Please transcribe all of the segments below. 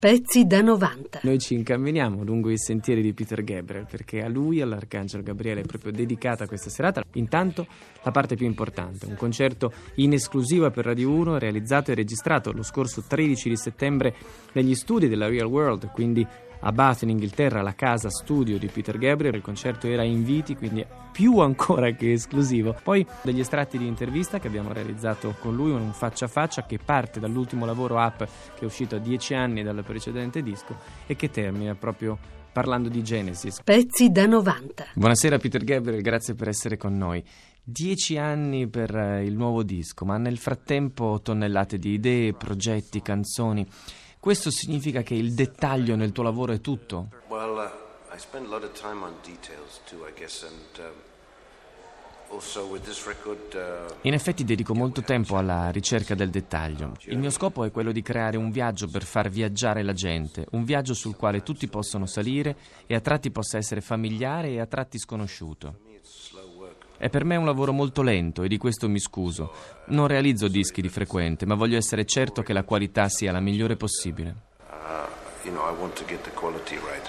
Pezzi da 90. Noi ci incamminiamo lungo i sentieri di Peter Gabriel perché a lui, all'Arcangelo Gabriele, è proprio dedicata questa serata. Intanto la parte più importante, un concerto in esclusiva per Radio 1 realizzato e registrato lo scorso 13 di settembre negli studi della Real World, quindi a Bath in Inghilterra, la casa studio di Peter Gabriel. Il concerto era a inviti, quindi più ancora che esclusivo. Poi degli estratti di intervista che abbiamo realizzato con lui, un faccia a faccia che parte dall'ultimo lavoro Up, che è uscito a 10 anni dal precedente disco e che termina proprio parlando di Genesis. Pezzi da 90. Buonasera Peter Gabriel, grazie per essere con noi. 10 anni per il nuovo disco, ma nel frattempo tonnellate di idee, progetti, canzoni. Questo significa che il dettaglio nel tuo lavoro è tutto? I spend a lot of time on details too, I guess, and also with this record. In effetti dedico molto tempo alla ricerca del dettaglio. Il mio scopo è quello di creare un viaggio per far viaggiare la gente, un viaggio sul quale tutti possono salire e a tratti possa essere familiare e a tratti sconosciuto. È per me un lavoro molto lento e di questo mi scuso. Non realizzo dischi di frequente, ma voglio essere certo che la qualità sia la migliore possibile. I want to get the quality right.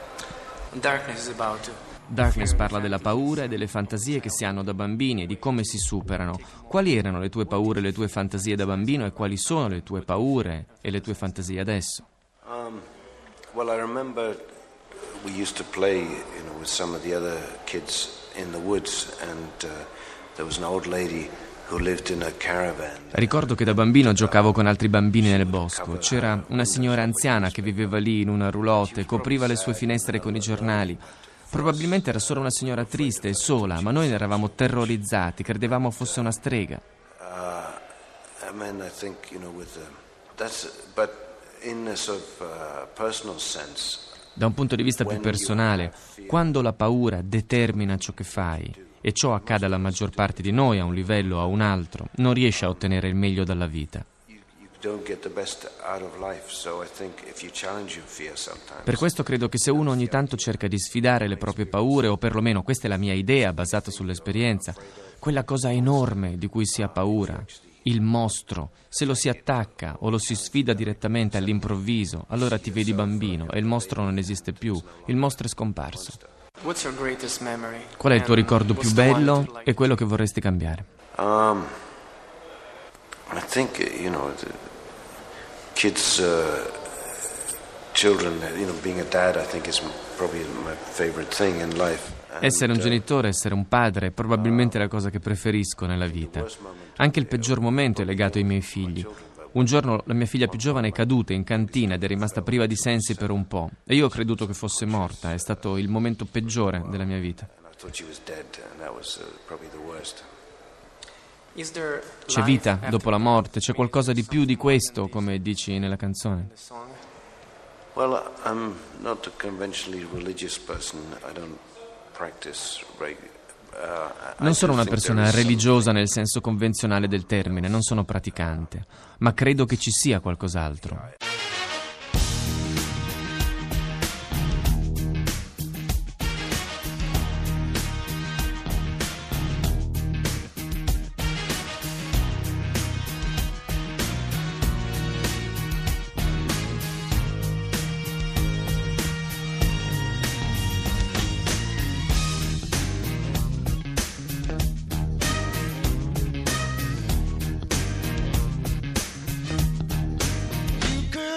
Darkness parla della paura e delle fantasie che si hanno da bambini e di come si superano. Quali erano le tue paure e le tue fantasie da bambino e quali sono le tue paure e le tue fantasie adesso? I remember we used to play, with some of the other kids in the woods, and there was an old lady who lived in a caravan. Ricordo che da bambino giocavo con altri bambini nel bosco. C'era una signora anziana che viveva lì in una roulotte e copriva le sue finestre con i giornali. Probabilmente era solo una signora triste e sola, ma noi ne eravamo terrorizzati, credevamo fosse una strega. I think, but in a sort of personal sense. Da un punto di vista più personale, quando la paura determina ciò che fai, e ciò accade alla maggior parte di noi a un livello o a un altro, non riesci a ottenere il meglio dalla vita. Per questo credo che se uno ogni tanto cerca di sfidare le proprie paure, o perlomeno questa è la mia idea basata sull'esperienza, quella cosa enorme di cui si ha paura, il mostro, se lo si attacca o lo si sfida direttamente all'improvviso, allora ti vedi bambino e il mostro non esiste più, il mostro è scomparso. Qual è il tuo ricordo più bello e quello che vorresti cambiare? I think, kids, children, being a dad, I think is probably my favorite thing in life. Essere un genitore, essere un padre è probabilmente la cosa che preferisco nella vita. Anche il peggior momento è legato ai miei figli. Un giorno la mia figlia più giovane è caduta in cantina ed è rimasta priva di sensi per un po'. E io ho creduto che fosse morta. È stato il momento peggiore della mia vita. C'è vita dopo la morte? C'è qualcosa di più di questo, come dici nella canzone? Well, I'm not a conventionally religious person. I don't practice Non sono una persona religiosa nel senso convenzionale del termine, non sono praticante, ma credo che ci sia qualcos'altro. Girl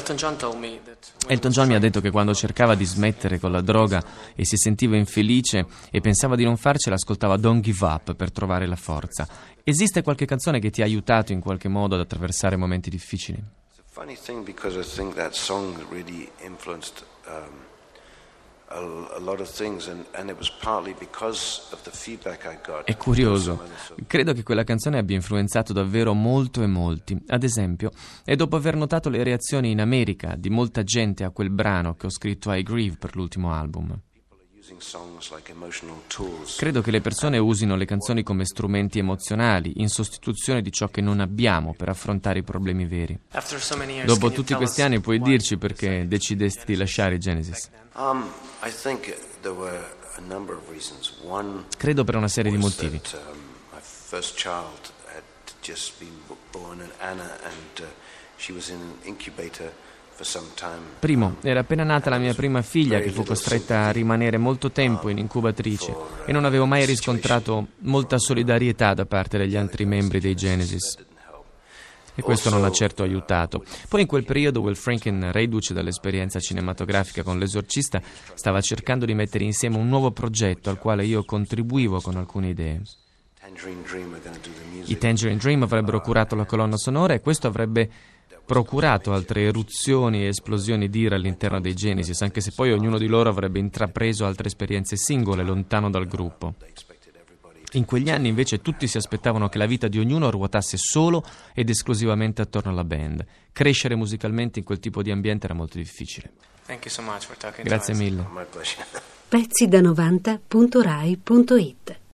Elton John mi ha detto che quando cercava di smettere con la droga e si sentiva infelice e pensava di non farcela, ascoltava Don't Give Up per trovare la forza. Esiste qualche canzone che ti ha aiutato in qualche modo ad attraversare momenti difficili? It's a funny thing because I think that song really influenced a lot of things and it was partly because of the feedback I got. È curioso, credo che quella canzone abbia influenzato davvero molto e molti. Ad esempio, è dopo aver notato le reazioni in America di molta gente a quel brano che ho scritto I Grieve per l'ultimo album. Credo che le persone usino le canzoni come strumenti emozionali, in sostituzione di ciò che non abbiamo per affrontare i problemi veri. Dopo tutti questi anni puoi dirci perché decidesti di lasciare i Genesis? I think there were a number of reasons. One Credo per una serie di motivi. my first child had just been born, and Anna, and she was in an incubator for some time. Primo, era appena nata la mia prima figlia che fu costretta a rimanere molto tempo in incubatrice e non avevo mai riscontrato molta solidarietà da parte degli altri membri dei Genesis. E questo non ha certo aiutato. Poi in quel periodo Will Franken, reduce dall'esperienza cinematografica con L'Esorcista, stava cercando di mettere insieme un nuovo progetto al quale io contribuivo con alcune idee. I Tangerine Dream avrebbero curato la colonna sonora e questo avrebbe procurato altre eruzioni e esplosioni d'ira all'interno dei Genesis, anche se poi ognuno di loro avrebbe intrapreso altre esperienze singole, lontano dal gruppo. In quegli anni invece tutti si aspettavano che la vita di ognuno ruotasse solo ed esclusivamente attorno alla band. Crescere musicalmente in quel tipo di ambiente era molto difficile. Grazie mille. My pleasure. Pezzi da 90.rai.it